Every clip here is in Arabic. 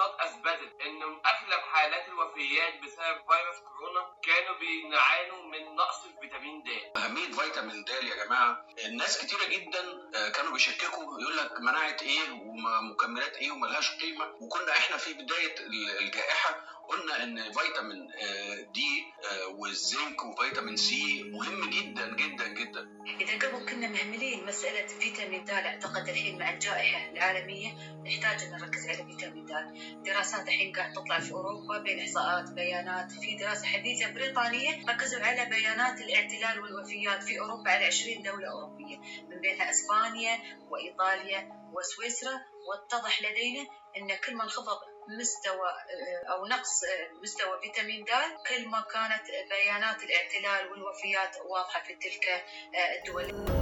الدراسات أثبتت إن أغلب حالات الوفيات بسبب فيروس كورونا كانوا بيعانوا من نقص الفيتامين د. أهمية فيتامين د يا جماعة، الناس كتيرة جدا كانوا بيشككوا، يقول لك مناعة إيه ومكملات إيه وملهاش قيمة. وكنا إحنا في بداية الجائحة قلنا إن فيتامين دي والزنك وفيتامين سي مهم جدا جدا جدا. إذا قبل كنا مهملين مسألة فيتامين د، أعتقد الحين مع الجائحة العالمية نحتاج أن نركز على فيتامين د. دراسات الحين قاعد تطلع في أوروبا بين إحصاءات بيانات. في دراسة حديثة بريطانية ركزوا على بيانات الاعتلال والوفيات في أوروبا على 20 دولة أوروبية، من بينها إسبانيا وإيطاليا وسويسرا. واتضح لدينا أن كل ما انخفض مستوى أو نقص مستوى فيتامين د كل ما كانت بيانات الاعتلال والوفيات واضحة في تلك الدول.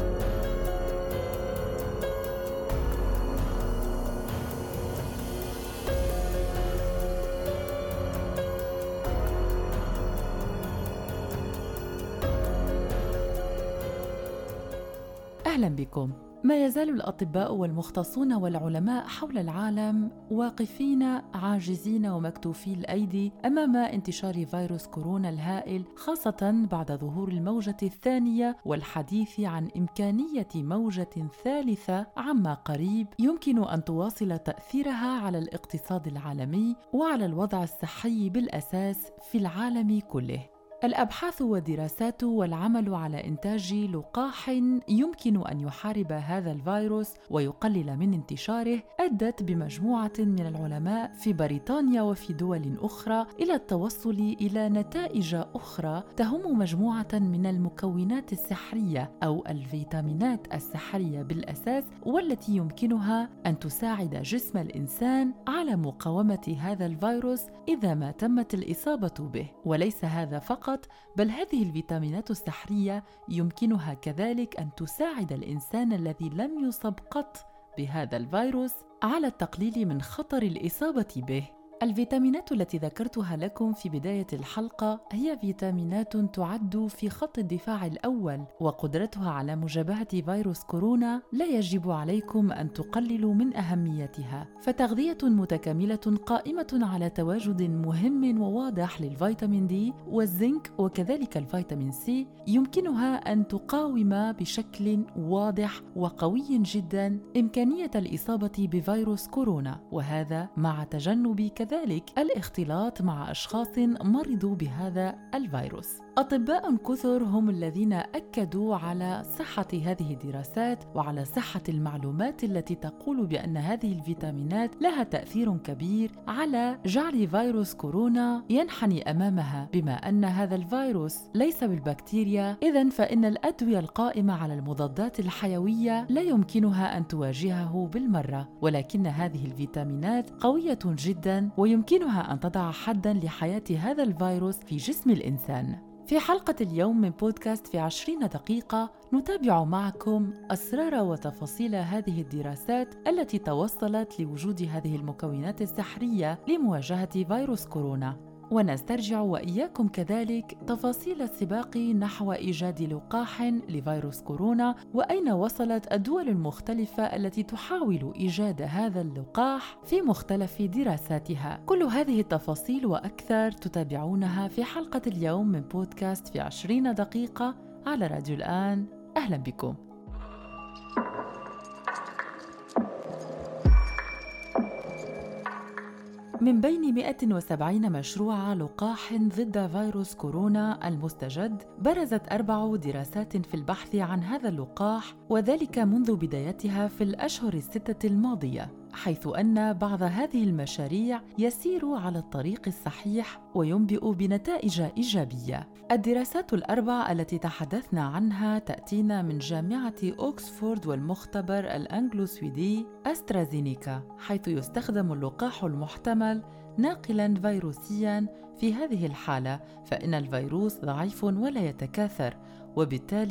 أهلا بكم. ما يزال الأطباء والمختصون والعلماء حول العالم واقفين عاجزين ومكتوفي الأيدي أمام انتشار فيروس كورونا الهائل، خاصة بعد ظهور الموجة الثانية والحديث عن إمكانية موجة ثالثة عما قريب يمكن أن تواصل تأثيرها على الاقتصاد العالمي وعلى الوضع الصحي بالأساس في العالم كله. الأبحاث والدراسات والعمل على إنتاج لقاح يمكن أن يحارب هذا الفيروس ويقلل من انتشاره أدت بمجموعة من العلماء في بريطانيا وفي دول أخرى إلى التوصل إلى نتائج أخرى تهم مجموعة من المكونات السحرية أو الفيتامينات السحرية بالأساس، والتي يمكنها أن تساعد جسم الإنسان على مقاومة هذا الفيروس إذا ما تمت الإصابة به. وليس هذا فقط، بل هذه الفيتامينات السحرية يمكنها كذلك أن تساعد الإنسان الذي لم يصب قط بهذا الفيروس على التقليل من خطر الإصابة به. الفيتامينات التي ذكرتها لكم في بداية الحلقة هي فيتامينات تعد في خط الدفاع الأول، وقدرتها على مجابهة فيروس كورونا لا يجب عليكم أن تقللوا من أهميتها. فتغذية متكاملة قائمة على تواجد مهم وواضح للفيتامين دي والزنك وكذلك الفيتامين سي يمكنها أن تقاوم بشكل واضح وقوي جدا إمكانية الإصابة بفيروس كورونا، وهذا مع تجنب كذلك الاختلاط مع أشخاص مرضوا بهذا الفيروس. أطباء كثر هم الذين أكدوا على صحة هذه الدراسات وعلى صحة المعلومات التي تقول بأن هذه الفيتامينات لها تأثير كبير على جعل فيروس كورونا ينحني أمامها. بما أن هذا الفيروس ليس بالبكتيريا، إذن فإن الأدوية القائمة على المضادات الحيوية لا يمكنها أن تواجهه بالمرة، ولكن هذه الفيتامينات قوية جدا ويمكنها أن تضع حداً لحياة هذا الفيروس في جسم الإنسان. في حلقة اليوم من بودكاست في 20 دقيقة نتابع معكم أسرار وتفاصيل هذه الدراسات التي توصلت لوجود هذه المكونات السحرية لمواجهة فيروس كورونا، ونسترجع وإياكم كذلك تفاصيل السباق نحو إيجاد لقاح لفيروس كورونا، وأين وصلت الدول المختلفة التي تحاول إيجاد هذا اللقاح في مختلف دراساتها. كل هذه التفاصيل وأكثر تتابعونها في حلقة اليوم من بودكاست في 20 دقيقة على راديو الآن. أهلا بكم. من بين 170 مشروع لقاح ضد فيروس كورونا المستجد، برزت 4 دراسات في البحث عن هذا اللقاح، وذلك منذ بدايتها في الأشهر الستة الماضية، حيث أن بعض هذه المشاريع يسير على الطريق الصحيح وينبئ بنتائج إيجابية. الدراسات ال4 التي تحدثنا عنها تأتينا من جامعة أوكسفورد والمختبر الأنجلو-سويدي أسترازينيكا، حيث يستخدم اللقاح المحتمل ناقلاً فيروسياً. في هذه الحالة فإن الفيروس ضعيف ولا يتكاثر، وبالتالي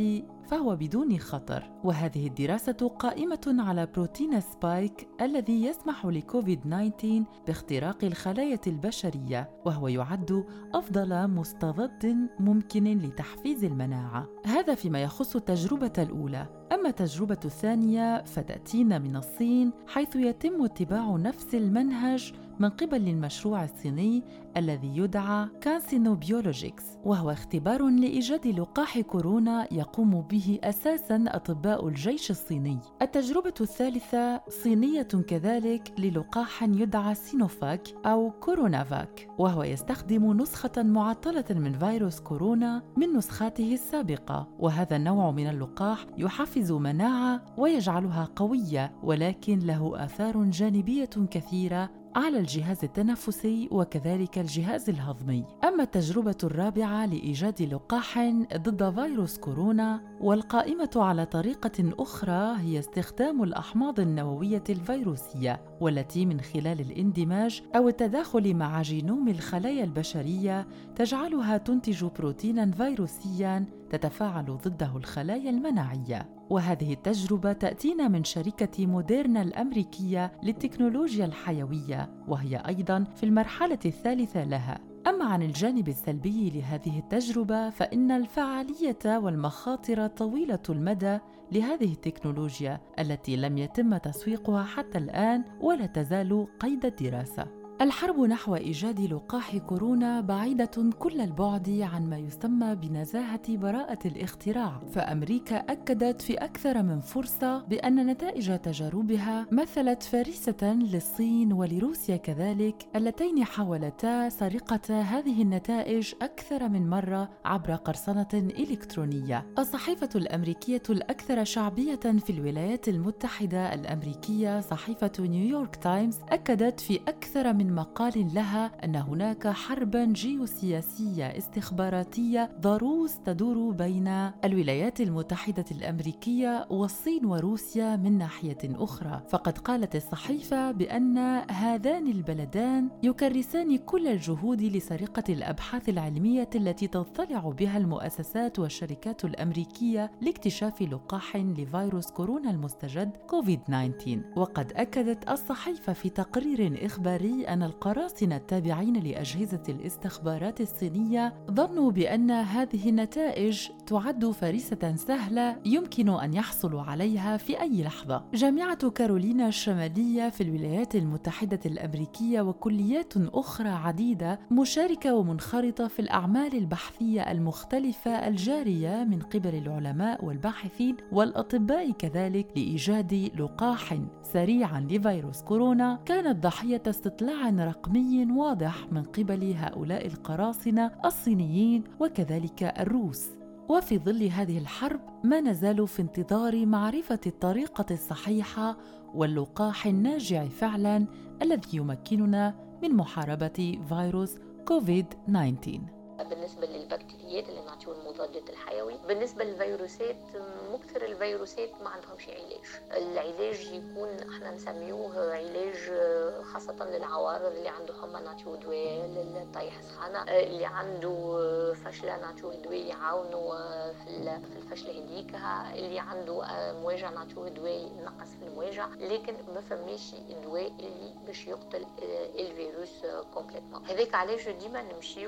فهو بدون خطر. وهذه الدراسة قائمة على بروتين سبايك الذي يسمح لكوفيد-19 باختراق الخلايا البشرية، وهو يعد أفضل مستضد ممكن لتحفيز المناعة. هذا فيما يخص التجربة الأولى. أما التجربة الثانية فتأتينا من الصين، حيث يتم اتباع نفس المنهج من قبل المشروع الصيني الذي يدعى كانسينو بيولوجيكس، وهو اختبار لإيجاد لقاح كورونا يقوم به أساساً أطباء الجيش الصيني. التجربة الثالثة صينية كذلك للقاح يدعى سينوفاك أو كورونافاك، وهو يستخدم نسخة معطلة من فيروس كورونا من نسخاته السابقة. وهذا النوع من اللقاح يحفز مناعة ويجعلها قوية، ولكن له آثار جانبية كثيرة على الجهاز التنفسي وكذلك الجهاز الهضمي. أما التجربة الرابعة لإيجاد لقاح ضد فيروس كورونا والقائمة على طريقة أخرى هي استخدام الأحماض النووية الفيروسية، والتي من خلال الاندماج أو التداخل مع جينوم الخلايا البشرية تجعلها تنتج بروتيناً فيروسياً تتفاعل ضده الخلايا المناعية. وهذه التجربة تأتينا من شركة موديرنا الأمريكية للتكنولوجيا الحيوية، وهي أيضاً في المرحلة الثالثة لها. أما عن الجانب السلبي لهذه التجربة فإن الفعالية والمخاطر طويلة المدى لهذه التكنولوجيا التي لم يتم تسويقها حتى الآن ولا تزال قيد الدراسة. الحرب نحو إيجاد لقاح كورونا بعيدة كل البعد عن ما يسمى بنزاهة براءة الاختراع، فأمريكا أكدت في أكثر من فرصة بأن نتائج تجاربها مثلت فريسة للصين ولروسيا كذلك، اللتين حاولتا سرقة هذه النتائج أكثر من مرة عبر قرصنة إلكترونية. الصحيفة الأمريكية الأكثر شعبية في الولايات المتحدة الأمريكية، صحيفة نيويورك تايمز، أكدت في أكثر من مقال لها أن هناك حرباً جيوسياسية استخباراتية ضروس تدور بين الولايات المتحدة الأمريكية والصين وروسيا من ناحية أخرى. فقد قالت الصحيفة بأن هذان البلدان يكرسان كل الجهود لسرقة الأبحاث العلمية التي تطلع بها المؤسسات والشركات الأمريكية لاكتشاف لقاح لفيروس كورونا المستجد كوفيد-19. وقد أكدت الصحيفة في تقرير إخباري أن القراصنة التابعين لأجهزة الاستخبارات الصينية ظنوا بأن هذه النتائج تعد فريسة سهلة يمكن أن يحصلوا عليها في أي لحظة. جامعة كارولينا الشمالية في الولايات المتحدة الأمريكية وكليات أخرى عديدة مشاركة ومنخرطة في الأعمال البحثية المختلفة الجارية من قبل العلماء والباحثين والأطباء كذلك لإيجاد لقاح سريعا لفيروس كورونا كانت ضحية استطلاع رقمي واضح من قبل هؤلاء القراصنة الصينيين وكذلك الروس. وفي ظل هذه الحرب ما نزال في انتظار معرفة الطريقة الصحيحة واللقاح الناجع فعلا الذي يمكننا من محاربة فيروس كوفيد-19. بالنسبة للبكتيريات اللي نعطيهم المضادات الحيوي، بالنسبة للفيروسات مكثر الفيروسات ما عندهمش علاج. العلاج يكون احنا نسميوه علاج خاصة للعوارض، اللي عنده حمى نعطيوه دواء، للطيح سخانة، اللي عنده فشلة نعطيوه دواء يعاونوا في الفشلة هذيكها، اللي عنده مواجع نعطيوه دواء ينقص في المواجع، لكن ما فماش دواء اللي باش يقتل الفيروس كومبليتمون. هذاك علاش ديما نمشيو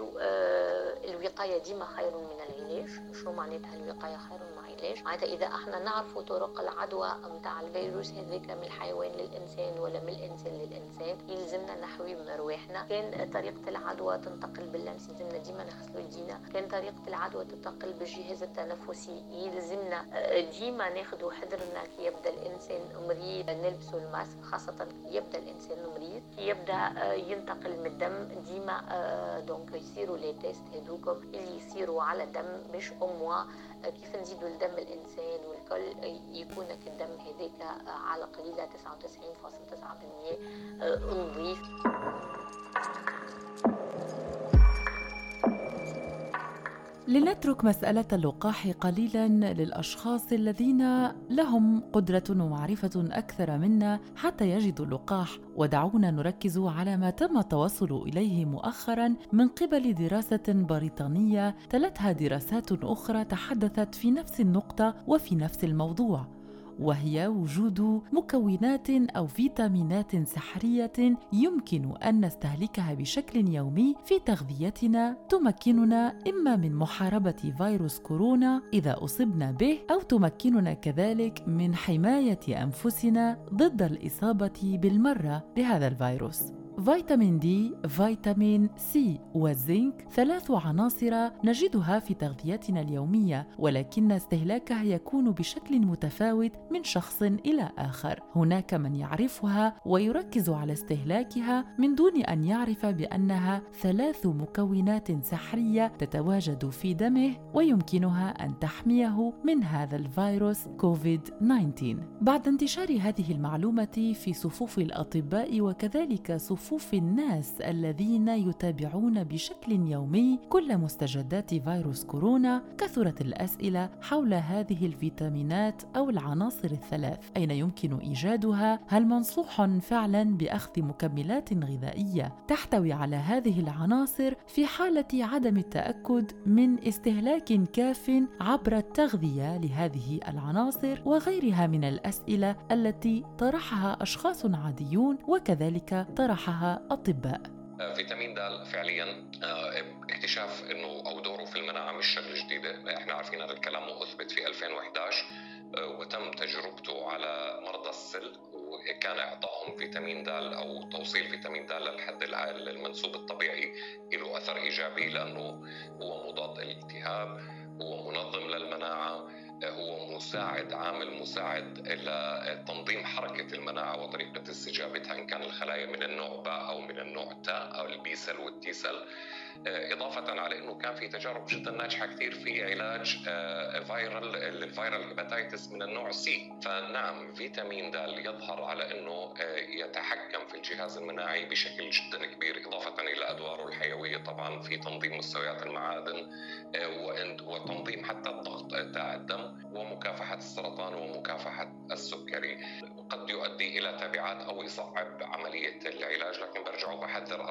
الوقاية ديما خير من العلاج. شو معناتها الوقاية خير من العلاج؟ معناتها إذا احنا نعرفوا طرق العدوى متاع الفيروس هذاك من الحيوان للإنسان ولا من الإنسان للإنسان، يلزمنا نحوي من رواحنا. كان طريقة العدوى تنتقل باللمس، يلزمنا ديما نغسلوا يدينا. كان طريقة العدوى تنتقل بالجهاز التنفسي، يلزمنا ديما ناخذوا حذرنا كي يبدا الإنسان مريض نلبسوا الماسك، خاصة كي يبدا الإنسان مريض، كي يبدا ينتقل من الدم ديما دونك يصيروا لي تيست هذوكم اللي يصيروا على دم باش كيف نزيدوا الدم الانسان والكل يكون الدم هذاك على قليله 99.9% نظيف. لنترك مسألة اللقاح قليلاً للأشخاص الذين لهم قدرة ومعرفة أكثر منا حتى يجدوا اللقاح، ودعونا نركز على ما تم التوصل إليه مؤخراً من قبل دراسة بريطانية تلتها دراسات أخرى تحدثت في نفس النقطة وفي نفس الموضوع، وهي وجود مكونات أو فيتامينات سحرية يمكن أن نستهلكها بشكل يومي في تغذيتنا تمكننا إما من محاربة فيروس كورونا إذا أصبنا به، أو تمكننا كذلك من حماية أنفسنا ضد الإصابة بالمرة بهذا الفيروس. فيتامين دي، فيتامين سي والزنك 3 عناصر نجدها في تغذيتنا اليومية، ولكن استهلاكها يكون بشكل متفاوت من شخص إلى آخر. هناك من يعرفها ويركز على استهلاكها من دون أن يعرف بأنها 3 مكونات سحرية تتواجد في دمه ويمكنها أن تحميه من هذا الفيروس كوفيد-19. بعد انتشار هذه المعلومة في صفوف الأطباء وكذلك صفوف الناس الذين يتابعون بشكل يومي كل مستجدات فيروس كورونا، كثرت الأسئلة حول هذه الفيتامينات أو العناصر ال3. أين يمكن إيجادها؟ هل منصوح فعلاً بأخذ مكملات غذائية تحتوي على هذه العناصر في حالة عدم التأكد من استهلاك كاف عبر التغذية لهذه العناصر؟ وغيرها من الأسئلة التي طرحها أشخاص عاديون وكذلك طرحها أطباء. فيتامين د فعليا اكتشاف انه او دوره في المناعه مش شغله جديده، احنا عارفين هذا الكلام واثبت في 2011 وتم تجربته على مرضى السل، وكان اعطائهم فيتامين د او توصيل فيتامين د للحد المنسوب الطبيعي له اثر ايجابي، لانه هو مضاد للالتهاب، هو منظم للمناعه، هو مساعد، عامل مساعد إلى تنظيم حركة المناعة وطريقة استجابتها، إن كان الخلايا من النوع باء أو من النوع تاء أو البي سيل والتي سيل، إضافة على أنه كان في تجارب جدا ناجحة كثير في علاج الفيرال هيباتيتس من النوع سي. فنعم فيتامين د يظهر على أنه يتحكم في الجهاز المناعي بشكل جدا كبير، إضافة إلى أدواره الحيوية طبعا في تنظيم مستويات المعادن وتنظيم حتى الضغط تاع الدم ومكافحة السرطان ومكافحة السكري. قد يؤدي إلى تبعات أو يصعب عملية العلاج، لكن برجع وبحذر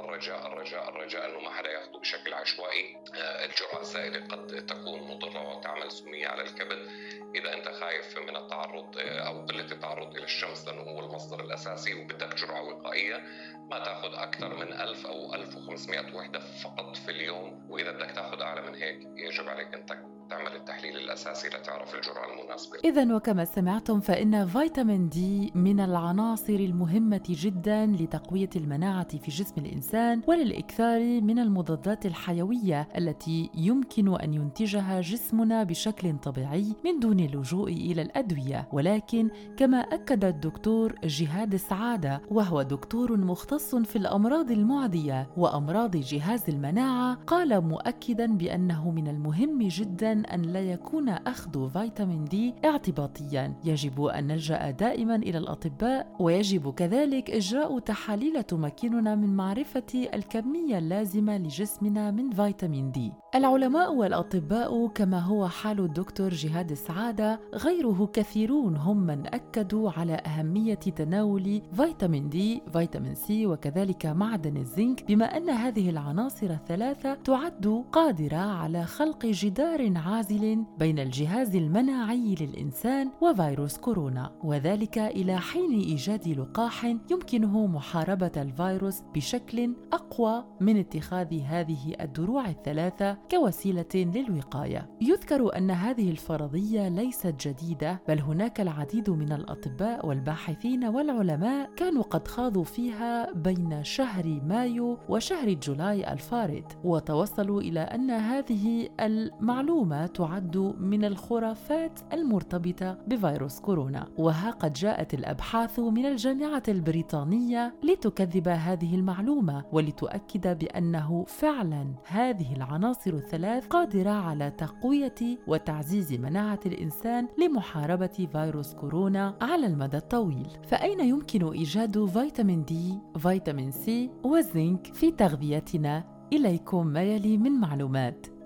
الرجاء أنه ما حدا ياخده بشكل عشوائي. الجرعة الزائدة قد تكون مضرة وتعمل سمية على الكبد إذا أنت خايف من التعرض أو قلة التعرض إلى الشمس، لأنه هو المصدر الأساسي، وبدك جرعة وقائية ما تأخذ أكثر من 1000 أو 1500 وحدة فقط في اليوم، وإذا بدك تأخذ أعلى من هيك يجب عليك أن تعمل التحليل الأساسي لتعرف الجرعة المناسبة. إذن وكما سمعتم فإن فيتامين دي من العناصر المهمة جدا لتقوية المناعة في جسم الإنسان وللإكثار من المضادات الحيوية التي يمكن أن ينتجها جسمنا بشكل طبيعي من دون اللجوء إلى الأدوية. ولكن كما أكد الدكتور جهاد سعادة، وهو دكتور مختص في الأمراض المعدية وأمراض جهاز المناعة، قال مؤكدا بأنه من المهم جدا أن لا يكون أخذ فيتامين دي اعتباطيا، يجب أن نلجأ دائما إلى الأطباء، ويجب كذلك إجراء تحاليل تمكننا من معرفة الكمية اللازمة لجسمنا من فيتامين دي. العلماء والأطباء كما هو حال الدكتور جهاد سعادة غيره كثيرون هم من أكدوا على أهمية تناول فيتامين دي، فيتامين سي وكذلك معدن الزنك، بما أن هذه العناصر الثلاثة تعد قادرة على خلق جدار عازل بين الجهاز المناعي للإنسان وفيروس كورونا، وذلك إلى حين إيجاد لقاح يمكنه محاربة الفيروس بشكل أقوى من اتخاذ هذه الدروع الثلاثة كوسيلة للوقاية. يذكر أن هذه الفرضية ليست جديدة، بل هناك العديد من الأطباء والباحثين والعلماء كانوا قد خاضوا فيها بين شهر مايو وشهر جولاي الفارط، وتوصلوا إلى أن هذه المعلومة تعد من الخرافات المرتبطة بفيروس كورونا. وها قد جاءت الأبحاث من الجامعة البريطانية لتكذب هذه المعلومة ولتؤكد بأنه فعلا هذه العناصر الثلاث قادرة على تقوية وتعزيز مناعة الإنسان لمحاربة فيروس كورونا على المدى الطويل. فأين يمكن إيجاد فيتامين دي، فيتامين سي والزنك في تغذيتنا؟ إليكم ما يلي من معلومات.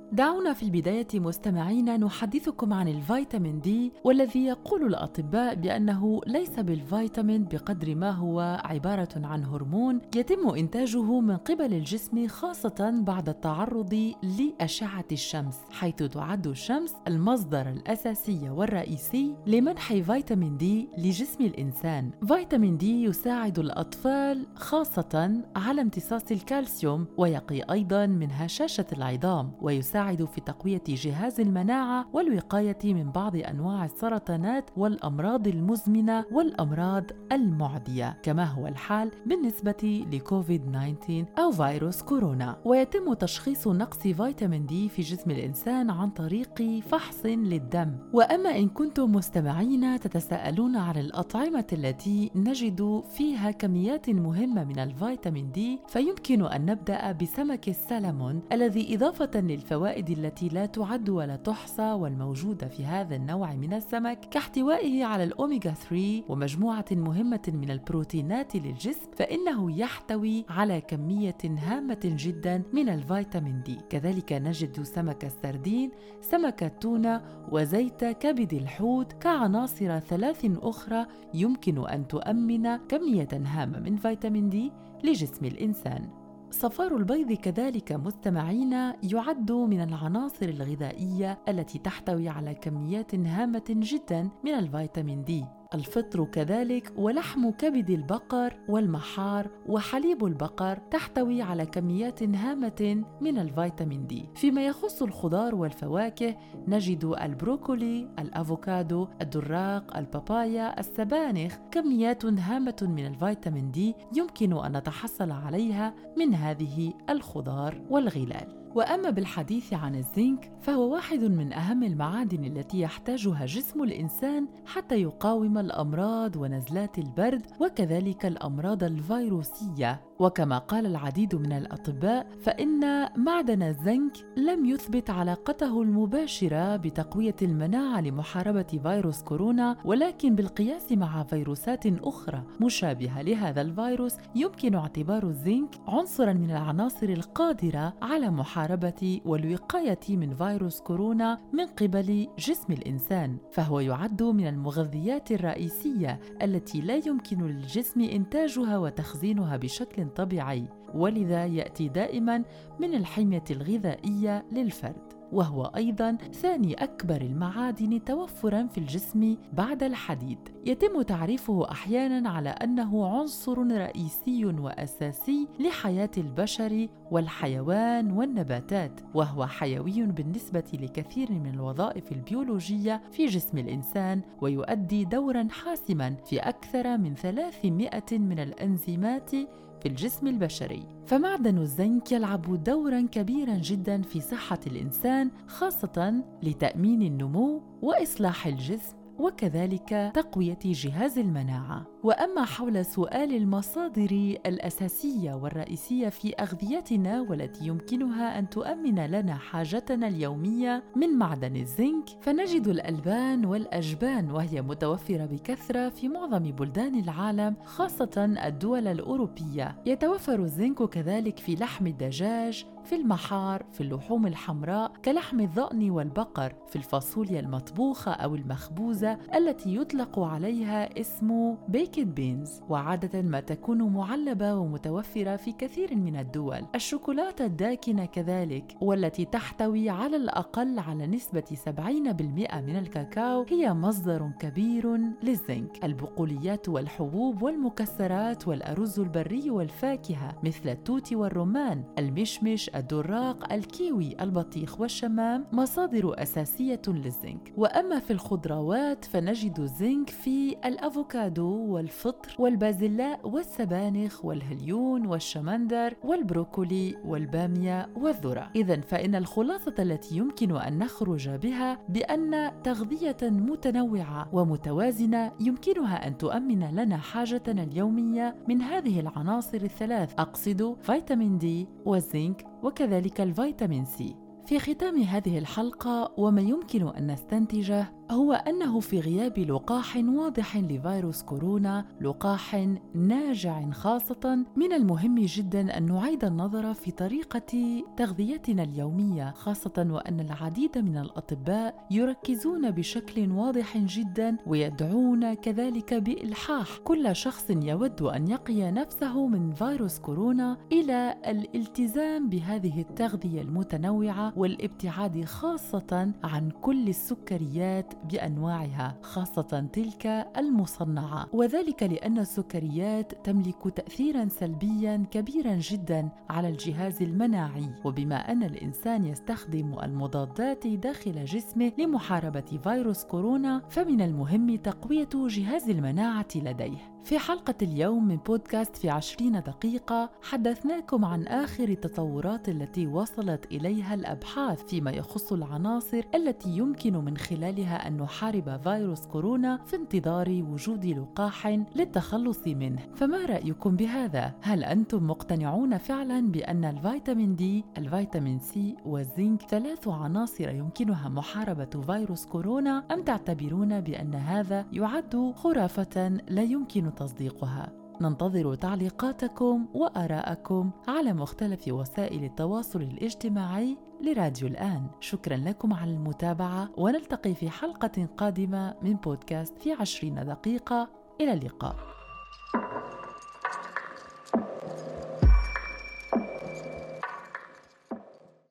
دعونا في البداية مستمعينا نحدثكم عن الفيتامين دي، والذي يقول الأطباء بأنه ليس بالفيتامين بقدر ما هو عبارة عن هرمون يتم إنتاجه من قبل الجسم، خاصة بعد التعرض لأشعة الشمس، حيث تعد الشمس المصدر الأساسي والرئيسي لمنح فيتامين دي لجسم الإنسان. فيتامين دي يساعد الأطفال خاصة على امتصاص الكالسيوم، ويقي أيضا من هشاشة العظام، ويساعد في تقوية جهاز المناعة والوقاية من بعض أنواع السرطانات والأمراض المزمنة والأمراض المعدية، كما هو الحال بالنسبة لكوفيد 19 أو فيروس كورونا. ويتم تشخيص نقص فيتامين دي في جسم الإنسان عن طريق فحص للدم. وأما إن كنتم مستمعين تتساءلون عن الأطعمة التي نجد فيها كميات مهمة من الفيتامين دي، فيمكن أن نبدأ بسمك السلمون، الذي إضافة للفوائد التي لا تعد ولا تحصى والموجودة في هذا النوع من السمك كاحتوائه على الأوميغا 3 ومجموعة مهمة من البروتينات للجسم، فإنه يحتوي على كمية هامة جدا من الفيتامين دي. كذلك نجد سمك السردين، سمك التونة، وزيت كبد الحوت كعناصر ثلاث أخرى يمكن أن تؤمن كمية هامة من فيتامين دي لجسم الإنسان. صفار البيض كذلك مستمعين يعد من العناصر الغذائية التي تحتوي على كميات هامة جدا من الفيتامين دي. الفطر كذلك، ولحم كبد البقر والمحار وحليب البقر تحتوي على كميات هامة من الفيتامين دي. فيما يخص الخضار والفواكه نجد البروكولي، الأفوكادو، الدراق، البابايا، السبانخ كميات هامة من الفيتامين دي يمكن أن نتحصل عليها من هذه الخضار والغلال. وأما بالحديث عن الزنك فهو واحد من أهم المعادن التي يحتاجها جسم الإنسان حتى يقاوم الأمراض ونزلات البرد وكذلك الأمراض الفيروسية. وكما قال العديد من الأطباء فإن معدن الزنك لم يثبت علاقته المباشرة بتقوية المناعة لمحاربة فيروس كورونا، ولكن بالقياس مع فيروسات أخرى مشابهة لهذا الفيروس يمكن اعتبار الزنك عنصراً من العناصر القادرة على محاربة والوقاية من فيروس كورونا من قبل جسم الإنسان، فهو يعد من المغذيات الرئيسية التي لا يمكن للجسم إنتاجها وتخزينها بشكل طبيعي، ولذا يأتي دائما من الحمية الغذائية للفرد، وهو أيضاً ثاني أكبر المعادن توفراً في الجسم بعد الحديد. يتم تعريفه أحياناً على أنه عنصر رئيسي وأساسي لحياة البشر والحيوان والنباتات، وهو حيوي بالنسبة لكثير من الوظائف البيولوجية في جسم الإنسان، ويؤدي دوراً حاسماً في أكثر من 300 من الأنزيمات في الجسم البشري. فمعدن الزنك يلعب دورا كبيرا جدا في صحة الإنسان، خاصة لتأمين النمو وإصلاح الجسم وكذلك تقوية جهاز المناعة. وأما حول سؤال المصادر الأساسية والرئيسية في أغذيتنا والتي يمكنها أن تؤمن لنا حاجتنا اليومية من معدن الزنك، فنجد الألبان والأجبان، وهي متوفرة بكثرة في معظم بلدان العالم خاصة الدول الأوروبية. يتوفر الزنك كذلك في لحم الدجاج، في المحار، في اللحوم الحمراء كلحم الضأن والبقر، في الفاصوليا المطبوخة أو المخبوزة التي يطلق عليها اسم بيكد بينز، وعادة ما تكون معلبة ومتوفرة في كثير من الدول. الشوكولاتة الداكنة كذلك، والتي تحتوي على الأقل على نسبة 70% من الكاكاو، هي مصدر كبير للزنك. البقوليات والحبوب والمكسرات والأرز البري والفاكهة مثل التوت والرمان، المشمش، الدراق، الكيوي، البطيخ والشمام مصادر أساسية للزنك. وأما في الخضروات فنجد الزنك في الأفوكادو والفطر والبازلاء والسبانخ والهليون والشمندر والبروكولي والبامية والذرة. إذن فإن الخلاصة التي يمكن أن نخرج بها بأن تغذية متنوعة ومتوازنة يمكنها أن تؤمن لنا حاجتنا اليومية من هذه العناصر الثلاث، أقصد فيتامين دي والزنك وكذلك الفيتامين سي. في ختام هذه الحلقة وما يمكن أن نستنتجه هو أنه في غياب لقاح واضح لفيروس كورونا، لقاح ناجع خاصة، من المهم جدا أن نعيد النظر في طريقة تغذيتنا اليومية، خاصة وأن العديد من الأطباء يركزون بشكل واضح جدا ويدعون كذلك بإلحاح كل شخص يود أن يقي نفسه من فيروس كورونا إلى الالتزام بهذه التغذية المتنوعة والابتعاد خاصة عن كل السكريات بأنواعها، خاصة تلك المصنعة، وذلك لأن السكريات تملك تأثيراً سلبياً كبيراً جداً على الجهاز المناعي، وبما أن الإنسان يستخدم المضادات داخل جسمه لمحاربة فيروس كورونا، فمن المهم تقوية جهاز المناعة لديه. في حلقة اليوم من بودكاست في 20 دقيقة حدثناكم عن آخر التطورات التي وصلت إليها الأبحاث فيما يخص العناصر التي يمكن من خلالها أن نحارب فيروس كورونا في انتظار وجود لقاح للتخلص منه. فما رأيكم بهذا؟ هل أنتم مقتنعون فعلا بأن الفيتامين دي، الفيتامين سي والزنك 3 عناصر يمكنها محاربة فيروس كورونا، أم تعتبرون بأن هذا يعد خرافة لا يمكن تصديقها؟ ننتظر تعليقاتكم وآراءكم على مختلف وسائل التواصل الاجتماعي لراديو الآن. شكرا لكم على المتابعة، ونلتقي في حلقة قادمة من بودكاست في 20 دقيقة. إلى اللقاء.